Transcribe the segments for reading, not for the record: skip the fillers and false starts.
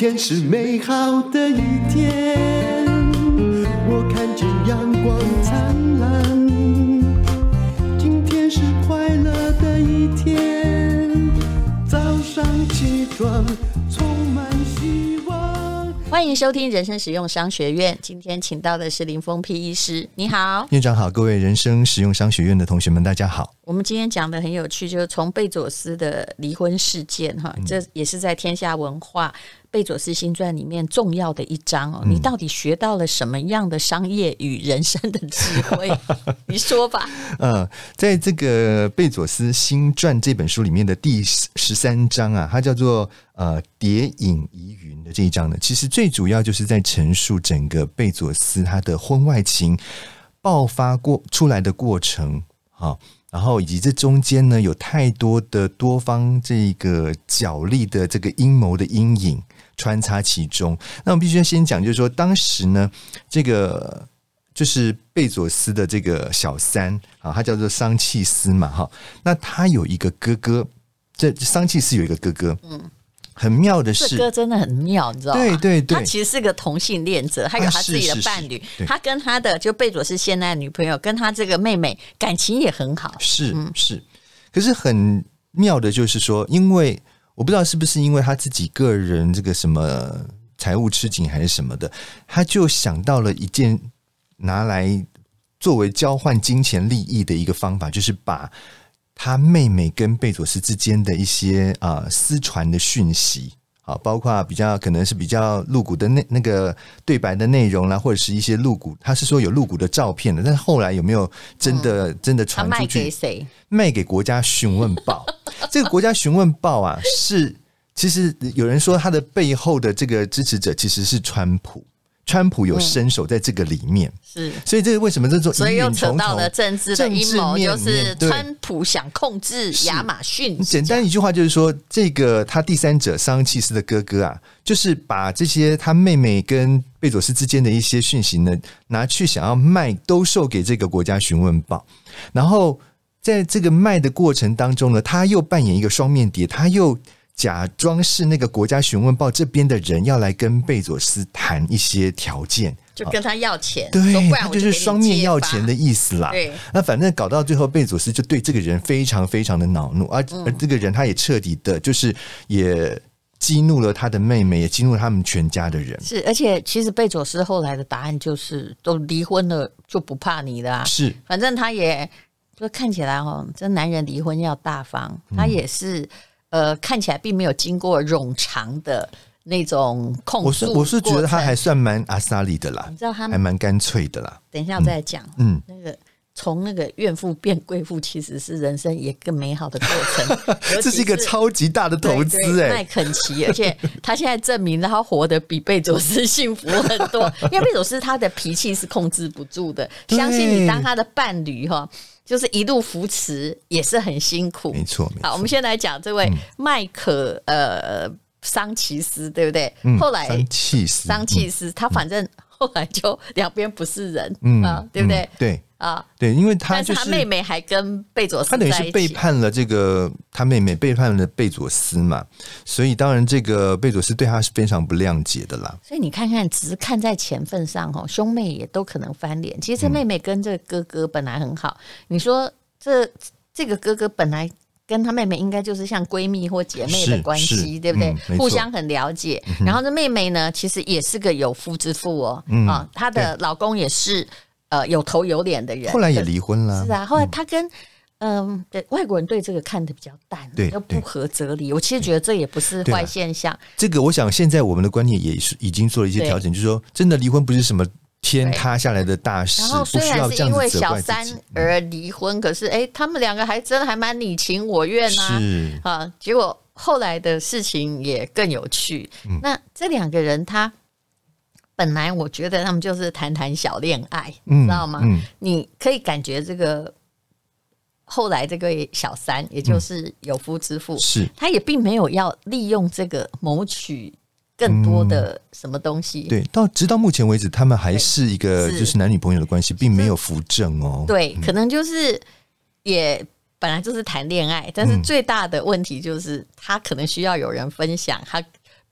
天是美好的一天，我看见阳光灿烂，今天是快乐的一天，早上起床充满希望。 欢迎收听人生实用商学院，今天请到的是林峰丕医师。你好。 院长好，各位人生实用商学院的同学们大家好。 我们今天讲的很有趣，就是从贝佐斯的离婚事件这也是在天下文化贝佐斯新传里面重要的一章你到底学到了什么样的商业与人生的智慧？你说吧。 在这个贝佐斯新传这本书里面的第13章啊，它叫做蝶影疑云的这一章呢，其实最主要就是在陈述整个贝佐斯他的婚外情爆发出来的过程然后以及这中间呢有太多的多方这个角力的这个阴谋的阴影穿插其中。那我们必须先讲，就是说当时呢，这个就是贝佐斯的这个小三他叫做桑契斯嘛那他有一个哥哥，这桑契斯有一个哥哥，很妙的是， 这歌真的很妙，你知道吗？ 对对对， 他其实是个同性恋者，他有他自己的伴侣，他跟他的就贝佐斯现在的女朋友跟他这个妹妹感情也很好，是。 可是很妙的就是说，因为我不知道是不是因为他自己个人这个什么财务吃紧还是什么的，他就想到了一件拿来作为交换金钱利益的一个方法，就是把他妹妹跟贝佐斯之间的一些私传的讯息包括可能是比较露骨的那个对白的内容啦，或者是一些露骨，他是说有露骨的照片的，但是后来有没有真的传出去？ 他卖给谁？ 卖给国家询问报。这个国家询问报是其实有人说他的背后的这个支持者其实是川普。川普有身手在这个里面，是，所以这个为什么这种所以又扯到了政治的阴谋，就是川普想控制亚马逊。 简单一句话就是说，这个他第三者桑契斯的哥哥就是把这些他妹妹跟贝佐斯之间的一些讯息呢，拿去想要卖兜售给这个国家询问报，然后在这个卖的过程当中呢，他又扮演一个双面谍，他又假装是那个国家询问报这边的人要来跟贝佐斯谈一些条件， 就跟他要钱， 对，他就是双面要钱的意思啦。 对， 那反正搞到最后，贝佐斯就对这个人非常非常的恼怒，而这个人他也彻底的，就是也激怒了他的妹妹，也激怒了他们全家的人。 是，而且其实贝佐斯后来的答案就是，都离婚了就不怕你了是， 反正他也就看起来这男人离婚要大方，他也是。看起来并没有经过冗长的那种控诉， 我是觉得他还算蛮阿萨里的啦， 你知道他还蛮干脆的啦。 等一下我再讲，那个从那个怨妇变贵妇，其实是人生也更美好的过程。 这是一个超级大的投资麦肯齐，而且他现在证明他活得比贝佐斯幸福很多，因为贝佐斯他的脾气是控制不住的，相信你当他的伴侣就是一路扶持也是很辛苦， 没错。 好，我们先来讲这位麦克桑契斯，对不对？后来桑契斯他反正后来就两边不是人对不对？ 对，因为他但是他妹妹还跟贝佐斯在一起， 他等于是背叛了这个他妹妹，背叛了贝佐斯嘛，所以当然这个贝佐斯对他是非常不谅解的啦。 所以你看看，只是看在钱分上兄妹也都可能翻脸。其实这妹妹跟这个哥哥本来很好，你说这个哥哥本来跟他妹妹应该就是像闺蜜或姐妹的关系，对不对？互相很了解。然后这妹妹呢，其实也是个有夫之妇她的老公也是有头有脸的人， 后来也离婚了。 是啊，后来他跟外国人对这个看得比较淡，又不合则离。我其实觉得这也不是坏现象。 这个我想现在我们的观念也是已经做了一些调整，就是说真的离婚不是什么天塌下来的大事， 然后虽然是因为小三而离婚，可是他们两个还真的还蛮你情我愿结果后来的事情也更有趣。那这两个人他本来我觉得他们就是谈谈小恋爱，你知道吗？你可以感觉这个后来这个小三，也就是有夫之妇，他也并没有要利用这个谋取更多的什么东西。 对，直到目前为止，他们还是一个就是男女朋友的关系，并没有扶正哦。 对，可能就是也本来就是谈恋爱，但是最大的问题就是他可能需要有人分享他。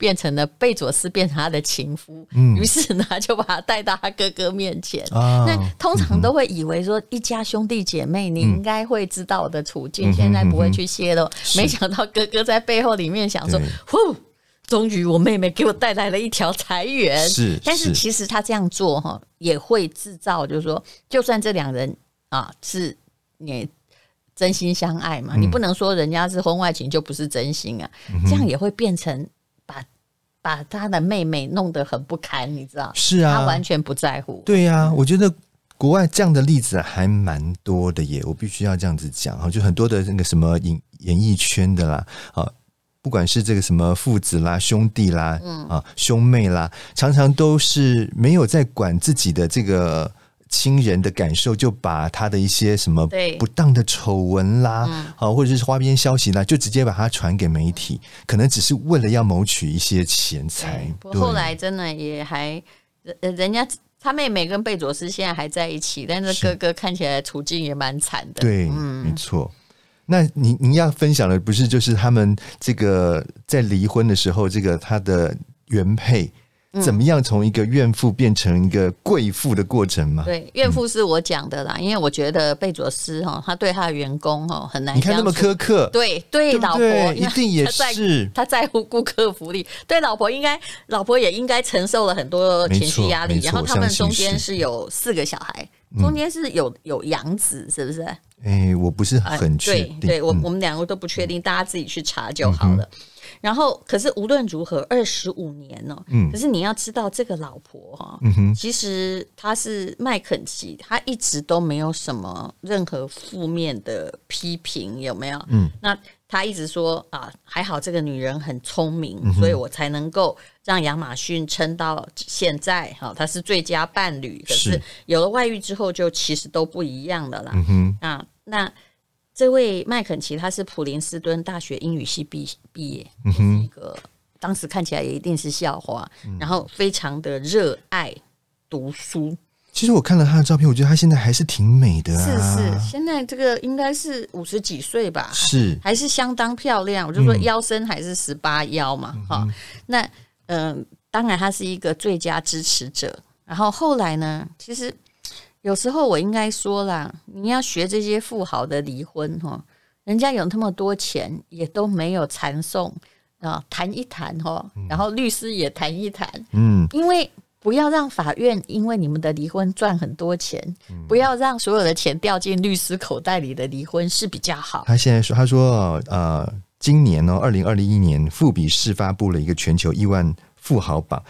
变成了贝佐斯变成他的情夫，于是呢就把他带到他哥哥面前。那通常都会以为说一家兄弟姐妹你应该会知道我的处境，现在不会去泄露，没想到哥哥在背后里面想说，呼，终于我妹妹给我带来了一条财源。但是其实他这样做也会制造，就是说就算这两人是你真心相爱嘛，你不能说人家是婚外情就不是真心啊，这样也会变成把他的妹妹弄得很不堪，你知道？ 是啊， 他完全不在乎。 对啊，我觉得国外这样的例子还蛮多的耶，我必须要这样子讲，就很多的那个什么演艺圈的啦，不管是这个什么父子啦、兄弟啦、兄妹啦，常常都是没有在管自己的这个亲人的感受，就把他的一些什么不当的丑闻啦，或者是花边消息啦，就直接把它传给媒体，可能只是为了要谋取一些钱财。 不过后来真的也还人家他妹妹跟贝佐斯现在还在一起，但是哥哥看起来处境也蛮惨的。 对，没错。那你要分享的不是就是他们这个在离婚的时候，这个他的原配怎么样从一个怨妇变成一个贵妇的过程吗？ 对，怨妇是我讲的啦，因为我觉得贝佐斯他对他的员工很难相处。 你看那么苛刻， 对老婆一定也是他在乎顾客福利，对老婆也应该承受了很多情绪压力。然后他们中间是有4个小孩，中间是有养子，是不是？ 我不是很确定， 对我们两个都不确定，大家自己去查就好了。然后可是无论如何25年可是你要知道这个老婆其实她是麦肯齐，她一直都没有什么任何负面的批评，有没有？那她一直说还好这个女人很聪明，所以我才能够让亚马逊撑到现在，她是最佳伴侣。可是有了外遇之后就其实都不一样了啦。那这位麦肯齐他是普林斯顿大学英语系毕业，是一个当时看起来也一定是校花，然后非常的热爱读书。 其实我看了他的照片，我觉得他现在还是挺美的啊。 是，现在这个应该是50几岁吧， 是还是相当漂亮。我就说腰身还是18腰嘛，那当然他是一个最佳支持者。然后后来呢，其实有时候我应该说啦，你要学这些富豪的离婚人家有那么多钱也都没有缠讼谈一谈然后律师也谈一谈，因为不要让法院因为你们的离婚赚很多钱，不要让所有的钱掉进律师口袋里的离婚是比较好。 他现在说，他说今年2021年富比士发布了一个全球亿万富豪榜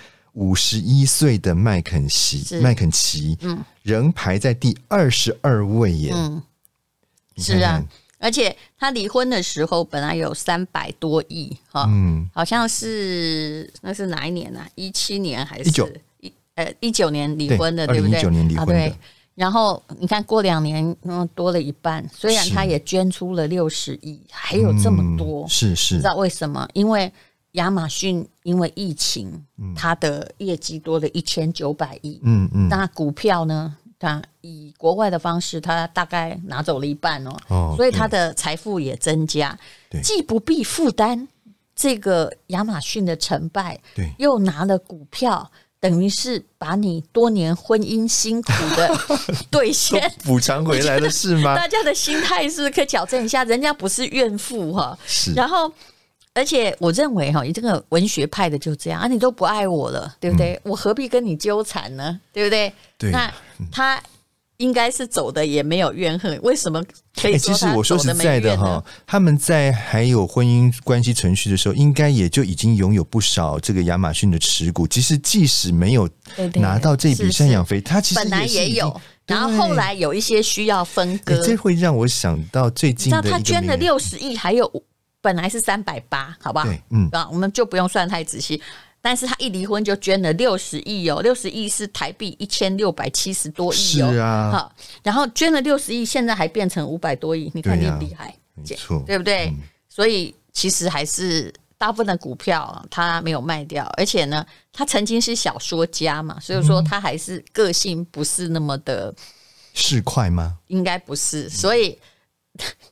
，51岁的麦肯齐仍排在第22位耶。 是啊，而且他离婚的时候本来有300多亿好像是那是哪一年啊？17年还是19年离婚的，对不对？19年离婚的。对。然后你看过2年多了一半，虽然他也捐出了60亿，还有这么多， 是知道为什么？因为亚马逊因为疫情，它的业绩多了1900亿。那股票呢？它以国外的方式，它大概拿走了一半所以它的财富也增加，既不必负担这个亚马逊的成败，又拿了股票，等于是把你多年婚姻辛苦的兑现补偿回来了，是吗？ 大家的心态是不是可以矫正一下？人家不是怨妇然后。而且我认为这个文学派的就这样你都不爱我了，对不对？我何必跟你纠缠呢？对不对？那他应该是走的也没有怨恨，为什么可以说他走的没怨呢？其实我说实在的他们在还有婚姻关系程序的时候，应该也就已经拥有不少这个亚马逊的持股。其实即使没有拿到这笔赡养费，他其实本来也有。然后后来有一些需要分割， 这会让我想到最近的一个， 他捐了60亿，还有本来是380，好不好？我们就不用算太仔细。但是他一离婚就捐了60亿60亿是台币1670多亿是啊。 然后捐了60亿，现在还变成500多亿，你看你厉害， 没错， 对不对？所以其实还是大部分的股票他没有卖掉，而且呢，他曾经是小说家嘛，所以说他还是个性不是那么的市侩吗？ 应该不是，所以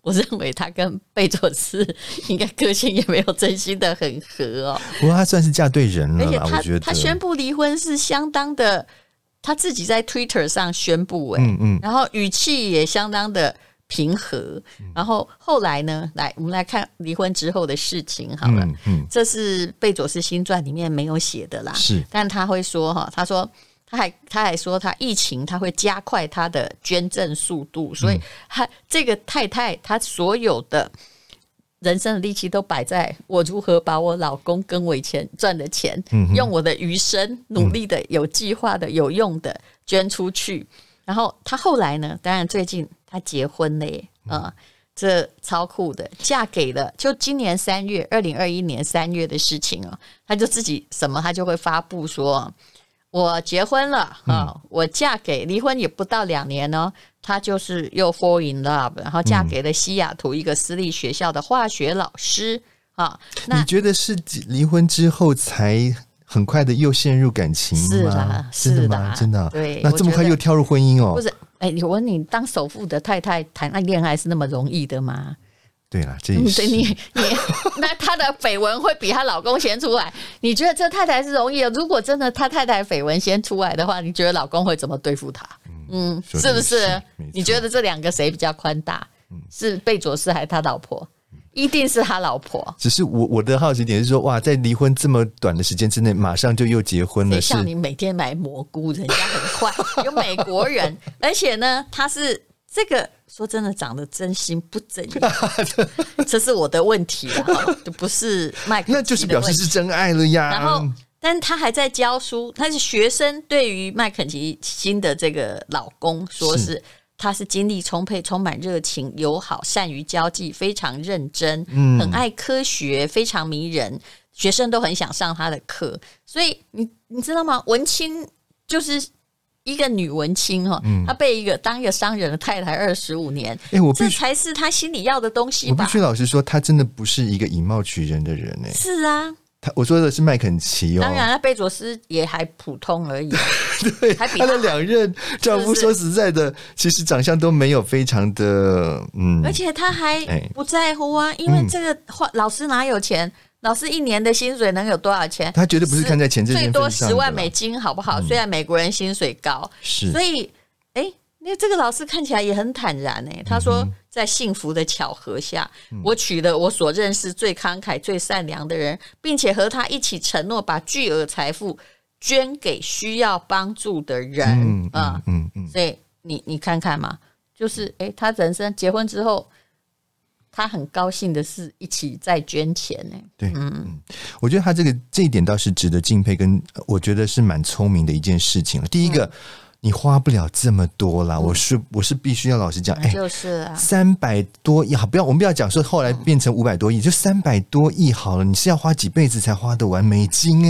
我认为他跟贝佐斯应该个性也没有真心的很合哦。 不过他算是嫁对人了啦， 而我觉得他宣布离婚是相当的，他自己在 Twitter 上宣布然后语气也相当的平和。然后后来呢，我们来看离婚之后的事情好了。这是贝佐斯新传里面没有写的啦， 是， 但他会说哈，他还说他疫情他会加快他的捐赠速度，所以他这个太太他所有的人生的力气都摆在我如何把我老公跟我以前赚的钱，用我的余生努力的、有计划的、有用的捐出去。然后他后来呢，当然最近他结婚了耶，这超酷的，嫁给了就今年3月2021年3月的事情哦，他就自己他就会发布说我结婚了我嫁给离婚也不到2年哦，她就是又 fall in love， 然后嫁给了西雅图一个私立学校的化学老师你觉得是离婚之后才很快的又陷入感情吗？ 是啦， 真的吗？真的？ 对， 那这么快又跳入婚姻哦？ 不是，我问你，当首富的太太谈恋爱是那么容易的吗？ 对啦，这也是那她的绯闻会比她老公先出来？你觉得这太太是容易的？如果真的她太太绯闻先出来的话，你觉得老公会怎么对付她？是不是？你觉得这2个谁比较宽大？是贝佐斯还是他老婆？一定是他老婆。 只是我的好奇点是说，哇，在离婚这么短的时间之内，马上就又结婚了。 像你每天买蘑菇，人家很快。有美国人，而且呢，他是这个说真的长得真心不真样，这是我的问题啦，不是麦肯齐的问题。 那就是表示是真爱了呀。 然后，但他还在教书，他是学生。对于麦肯齐新的这个老公，说是他是精力充沛、充满热情、友好、善于交际、非常认真，很爱科学，非常迷人，学生都很想上他的课。所以你知道吗？文青就是一个女文青她被当一个商人的太太25年，这才是她心里要的东西吧。 我必须老实说，她真的不是一个以貌取人的人是啊。 我说的是麦肯齐当然贝佐斯也还普通而已对，他的2任丈夫说实在的，其实长相都没有非常的而且他还不在乎啊，因为这个老师哪有钱？老师1年的薪水能有多少钱？ 他绝对不是看在钱这件份上的， 最多10万美金好不好？虽然美国人薪水高，所以那这个老师看起来也很坦然他说在幸福的巧合下，我娶了我所认识最慷慨最善良的人，并且和他一起承诺把巨额财富捐给需要帮助的人所以你看看嘛，就是他人生结婚之后，他很高兴的是一起再捐钱对，我觉得他这一点倒是值得敬佩，跟我觉得是蛮聪明的一件事情了。第一个你花不了这么多啦，我是必须要老实讲， 就是啊 ，300多亿，好，我们不要讲说后来变成500多亿，就300多亿好了，你是要花几辈子才花得完？美金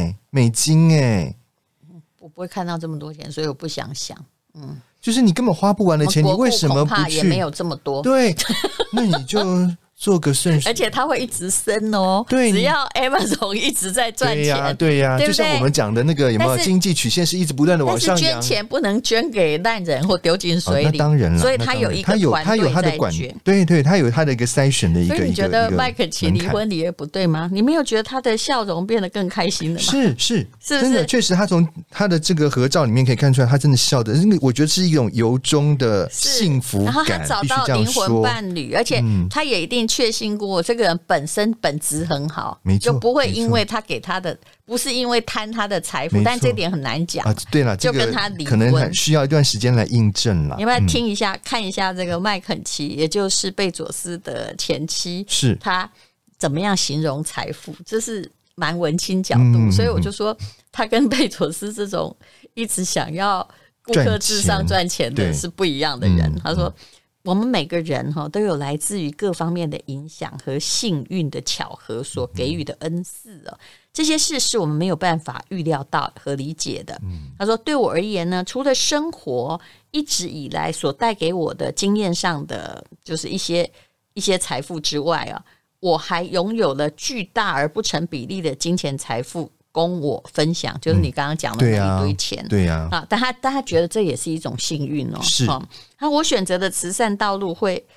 我不会看到这么多钱，所以我不想想， 就是你根本花不完的钱，你为什么不去？ 也没有这么多， 对，那你就做个顺水， 而且它会一直升对， 只要 Amazon 一直在赚钱， 对呀， 对不对？ 就像我们讲的那个有没有经济曲线是一直不断的往上扬， 但是捐钱不能捐给烂人或丢进水里， 那当然了， 所以他有一个团队在捐， 对，他有他的一个筛选的一个。 所以你觉得麦肯齐离婚也不对吗？你没有觉得他的笑容变得更开心了吗？ 是真的，确实，他从他的这个合照里面可以看出来，他真的笑的，我觉得是一种由衷的幸福感。 然后他找到灵魂伴侣，而且他也一定确信过这个人本身本质很好，就不会因为他给他的，不是因为贪他的财富，但这点很难讲对了， 就跟他离婚可能需要一段时间来印证了。 你要不要听一下，看一下这个麦肯齐，也就是贝佐斯的前妻， 是他怎么样形容财富？这是蛮文青角度，所以我就说他跟贝佐斯这种一直想要顾客至上赚钱的是不一样的人。他说我们每个人都有来自于各方面的影响和幸运的巧合所给予的恩赐这些事是我们没有办法预料到和理解的。他说对我而言呢，除了生活一直以来所带给我的经验上的就是一些财富之外我还拥有了巨大而不成比例的金钱财富供我分享，就是你刚刚讲的那一堆钱， 对呀， 但他觉得这也是一种幸运是我选择的慈善道路会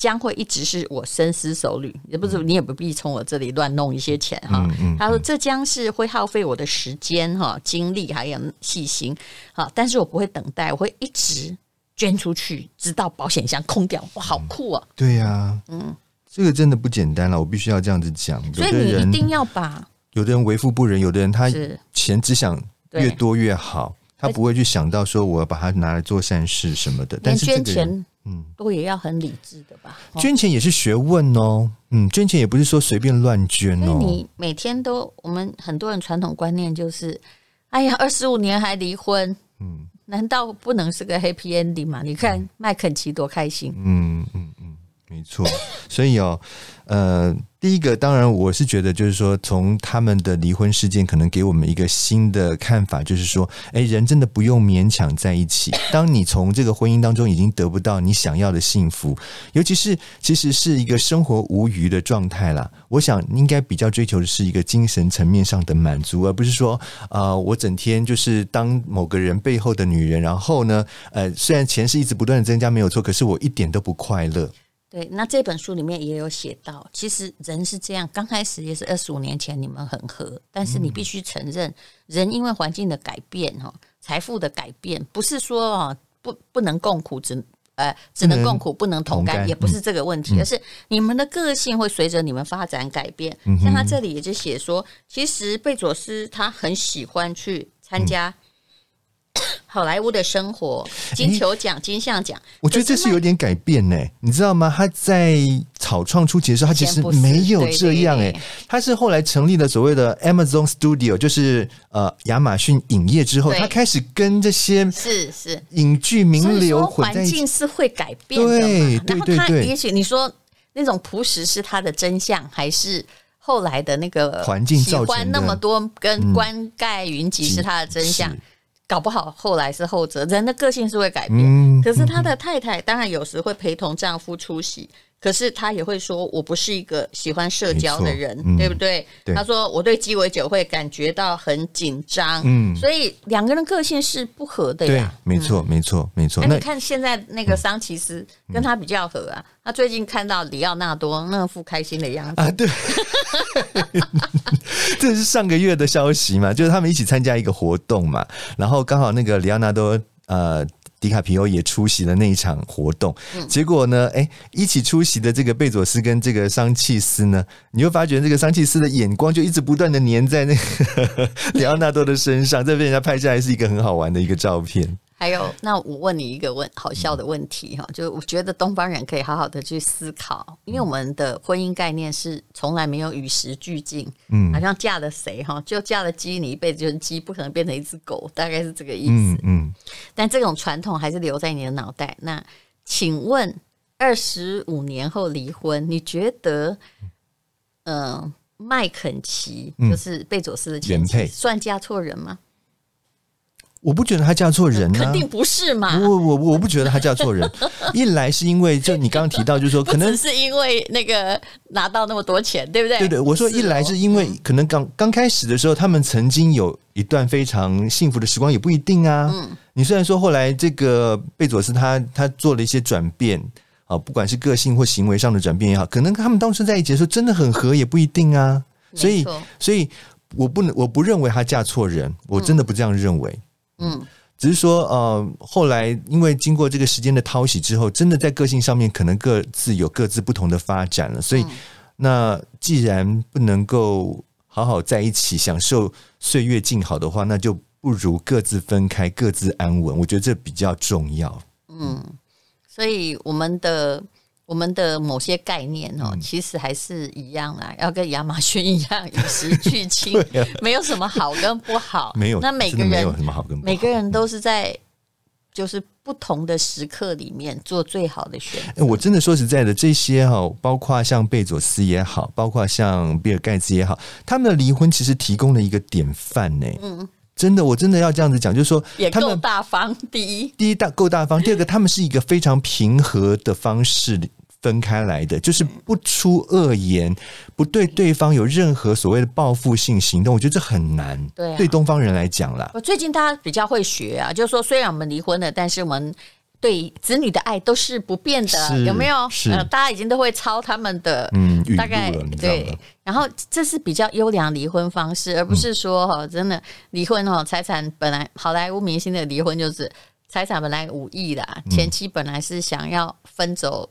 将会一直是我深思熟虑，也不是你也不必从我这里乱弄一些钱哈。他说这将是会耗费我的时间哈、精力还有细心哈，但是我不会等待，我会一直捐出去，直到保险箱空掉。哇，好酷啊！ 对呀，这个真的不简单了，我必须要这样子讲。 所以你一定要把， 有的人为富不仁，有的人他钱只想越多越好，他不会去想到说我要把它拿来做善事什么的。但是捐钱都也要很理智的吧？ 捐钱也是学问哦，捐钱也不是说随便乱捐哦。 你每天都，我们很多人传统观念就是，哎呀，25年还离婚，难道不能是个 happy ending 吗？你看麦肯齐多开心， 没错。所以第一个当然我是觉得就是说从他们的离婚事件可能给我们一个新的看法，就是说人真的不用勉强在一起。当你从这个婚姻当中已经得不到你想要的幸福，尤其是其实是一个生活无余的状态啦，我想应该比较追求的是一个精神层面上的满足，而不是说我整天就是当某个人背后的女人，然后呢虽然钱是一直不断的增加没有错，可是我一点都不快乐。 对，那这本书里面也有写到，其实人是这样，刚开始也是25年前你们很合，但是你必须承认，人因为环境的改变财富的改变，不是说不能共苦，只能共苦不能同甘，也不是这个问题，而是你们的个性会随着你们发展改变。像他这里也就写说，其实贝佐斯他很喜欢去参加好莱坞的生活，金球奖、金像奖， 我觉得这是有点改变呢，你知道吗？他在草创初期的时候，他其实没有这样他是后来成立了所谓的 Amazon Studio， 就是亚马逊影业之后，他开始跟这些是影剧名流混在一起， 环境是会改变的嘛。然后他也许你说那种朴实是他的真相，还是后来的那个环境造成的喜欢那么多跟冠盖云集是他的真相？搞不好后来是后者，人的个性是会改变。可是他的太太当然有时会陪同丈夫出席，可是他也会说我不是一个喜欢社交的人，对不对？他说我对鸡尾酒会感觉到很紧张，所以两个人个性是不合的呀。 对，没错没错没错。 那你看现在那个桑奇斯跟他比较合啊，他最近看到里奥纳多那副开心的样子啊，对这是上个月的消息嘛，就是他们一起参加一个活动嘛，然后刚好那个里奥纳多迪卡皮欧也出席了那一场活动，结果呢一起出席的这个贝佐斯跟这个桑契斯呢，你会发觉这个桑契斯的眼光就一直不断的黏在那个里奥纳多的身上，这被人家拍下来是一个很好玩的一个照片。 还有，那我问你一个好笑的问题哈，就我觉得东方人可以好好的去思考，因为我们的婚姻概念是从来没有与时俱进，好像嫁了谁哈，就嫁了鸡，你一辈子就是鸡，不可能变成一只狗，大概是这个意思。但这种传统还是留在你的脑袋。那请问，25年后离婚，你觉得麦肯齐就是贝佐斯的前妻，算嫁错人吗？ 我不觉得他嫁错人肯定不是嘛。 我不觉得他嫁错人。一来是因为就你刚刚提到，就是说可能不只是因为那个拿到那么多钱，对不对？ 对，我说一来是因为可能刚开始的时候，他们曾经有一段非常幸福的时光，也不一定啊。你虽然说后来这个贝佐斯他做了一些转变不管是个性或行为上的转变也好，可能他们当时在一起的时候真的很合，也不一定啊。所以我不认为他嫁错人，我真的不这样认为。只是说后来因为经过这个时间的淘洗之后，真的在个性上面可能各自有各自不同的发展了，所以那既然不能够好好在一起享受岁月静好的话，那就不如各自分开，各自安稳，我觉得这比较重要。 所以我们的某些概念其实还是一样啦，要跟亚马逊一样与时俱进，没有什么好跟不好。没有，那每个人没有什么好跟不好，每个人都是在就是不同的时刻里面做最好的选择。 我真的说实在的，这些包括像贝佐斯也好，包括像比尔盖茨也好，他们的离婚其实提供了一个典范呢。真的，我真的要这样子讲，就是说也够大方。第一够大方，第二个他们是一个非常平和的方式分开来的，就是不出恶言，不对对方有任何所谓的报复性行动，我觉得这很难。对东方人来讲啦。 最近大家比较会学啊，就是说虽然我们离婚了，但是我们对子女的爱都是不变的，有没有？大家已经都会抄他们的大概对。然后这是比较优良离婚方式，而不是说真的离婚财产本来好莱坞明星的离婚就是财产本来5亿啦，前妻本来是想要分走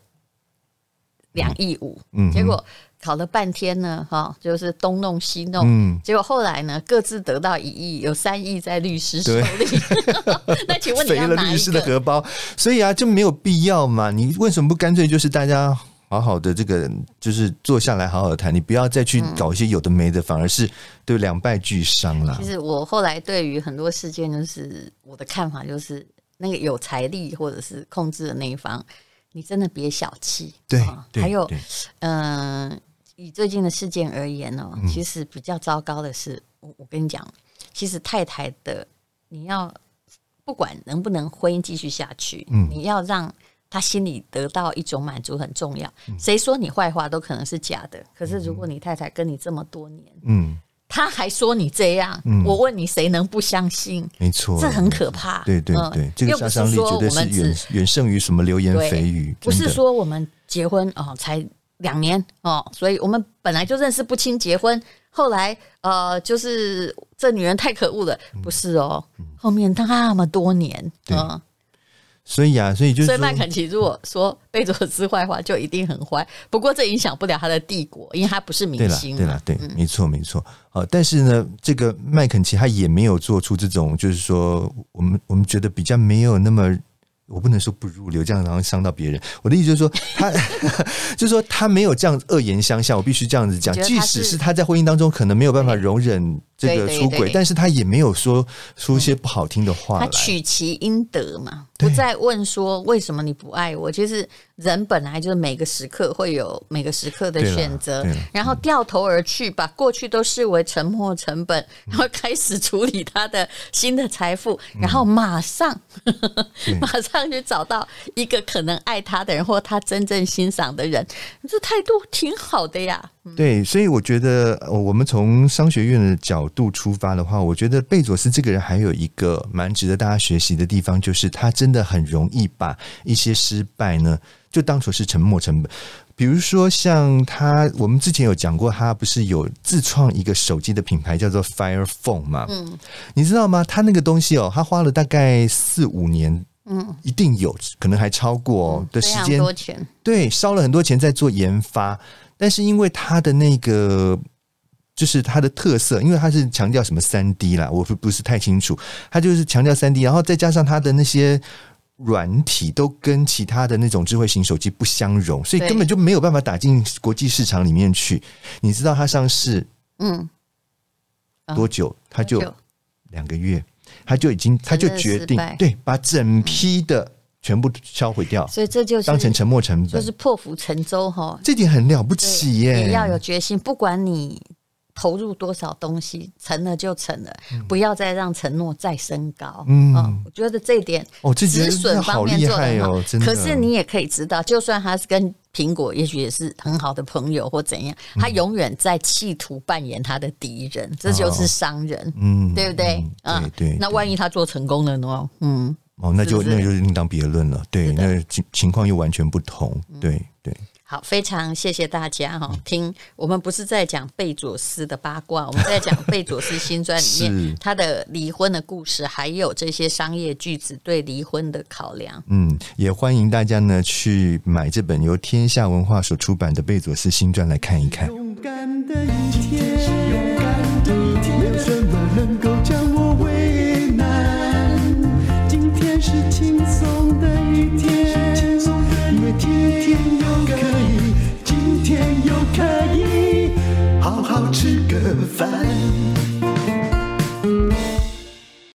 2.5亿，结果搞了半天呢，就是东弄西弄，结果后来呢，各自得到1亿，有3亿在律师手里。那请问你要哪一个？ 肥了律师的荷包，所以就没有必要嘛。你为什么不干脆就是大家好好的这个，就是坐下来好好的谈，你不要再去搞一些有的没的，反而是对两败俱伤啦。 其实我后来对于很多事件，就是我的看法就是，那个有财力或者是控制的那一方，你真的别小气。 对， 还有以最近的事件而言其实比较糟糕的是，我跟你讲，其实太太的你要不管能不能婚姻继续下去，你要让他心里得到一种满足很重要。谁说你坏话都可能是假的，可是如果你太太跟你这么多年，他还说你这样，我问你谁能不相信？ 没错， 这很可怕。 对，这个杀伤力绝对是远胜于什么流言蜚语。 不是说我们结婚才2年所以我们本来就认识不清结婚，后来就是这女人太可恶了，不是后面那么多年所以就是所以麦肯齐如果说贝佐斯坏话就一定很坏，不过这影响不了他的帝国，因为他不是明星。 对，没错但是呢，这个麦肯齐他也没有做出这种就是说我们觉得比较没有那么，我不能说不入流，这样好像伤到别人。我的意思就是说，他就是说他没有这样恶言相向，我必须这样子讲。即使是他在婚姻当中可能没有办法容忍这个出轨，但是他也没有说出一些不好听的话来。 他取其应得嘛，不再问说为什么你不爱我。其实人本来就是每个时刻会有每个时刻的选择，然后掉头而去，把过去都视为沉没成本，然后开始处理他的新的财富，然后马上去找到一个可能爱他的人，或他真正欣赏的人，这态度挺好的呀。 对，所以我觉得我们从商学院的角度出发的话，我觉得贝佐斯这个人还有一个蛮值得大家学习的地方，就是他真的很容易把一些失败呢就当作是沉没成本。比如说像他，我们之前有讲过，他不是有自创一个手机的品牌叫做 Fire Phone 嘛？你知道吗？他那个东西他花了大概4-5年。一定有可能还超过的时间， 非常多钱， 对，烧了很多钱在做研发。但是因为它的那个就是它的特色，因为它是强调什么 3D 啦，我不是太清楚，它就是强调 3D， 然后再加上它的那些软体都跟其他的那种智慧型手机不相容，所以根本就没有办法打进国际市场里面去。你知道它上市多久？它就2个月。他就决定对把整批的全部销毁掉， 所以这就是当成沉没成本， 就是破釜沉舟这点很了不起耶！ 也要有决心，不管你投入多少东西，成了就成了，不要再让承诺再升高。我觉得这一点止损方面做得很好。可是你也可以知道，就算他是跟苹果也许也是很好的朋友或怎样，他永远在企图扮演他的敌人，这就是商人，对不对？ 对。 那万一他做成功了呢？ 那就另当别论了。对，那情况又完全不同。对。 好，非常谢谢大家听我们不是在讲贝佐斯的八卦，我们在讲贝佐斯新传里面他的离婚的故事，还有这些商业巨子对离婚的考量。 也欢迎大家呢去买这本由天下文化所出版的贝佐斯新传来看一看。勇敢的一天，没有什么能够将我为难，今天是轻松的一天，因为今天又可以好好吃个饭。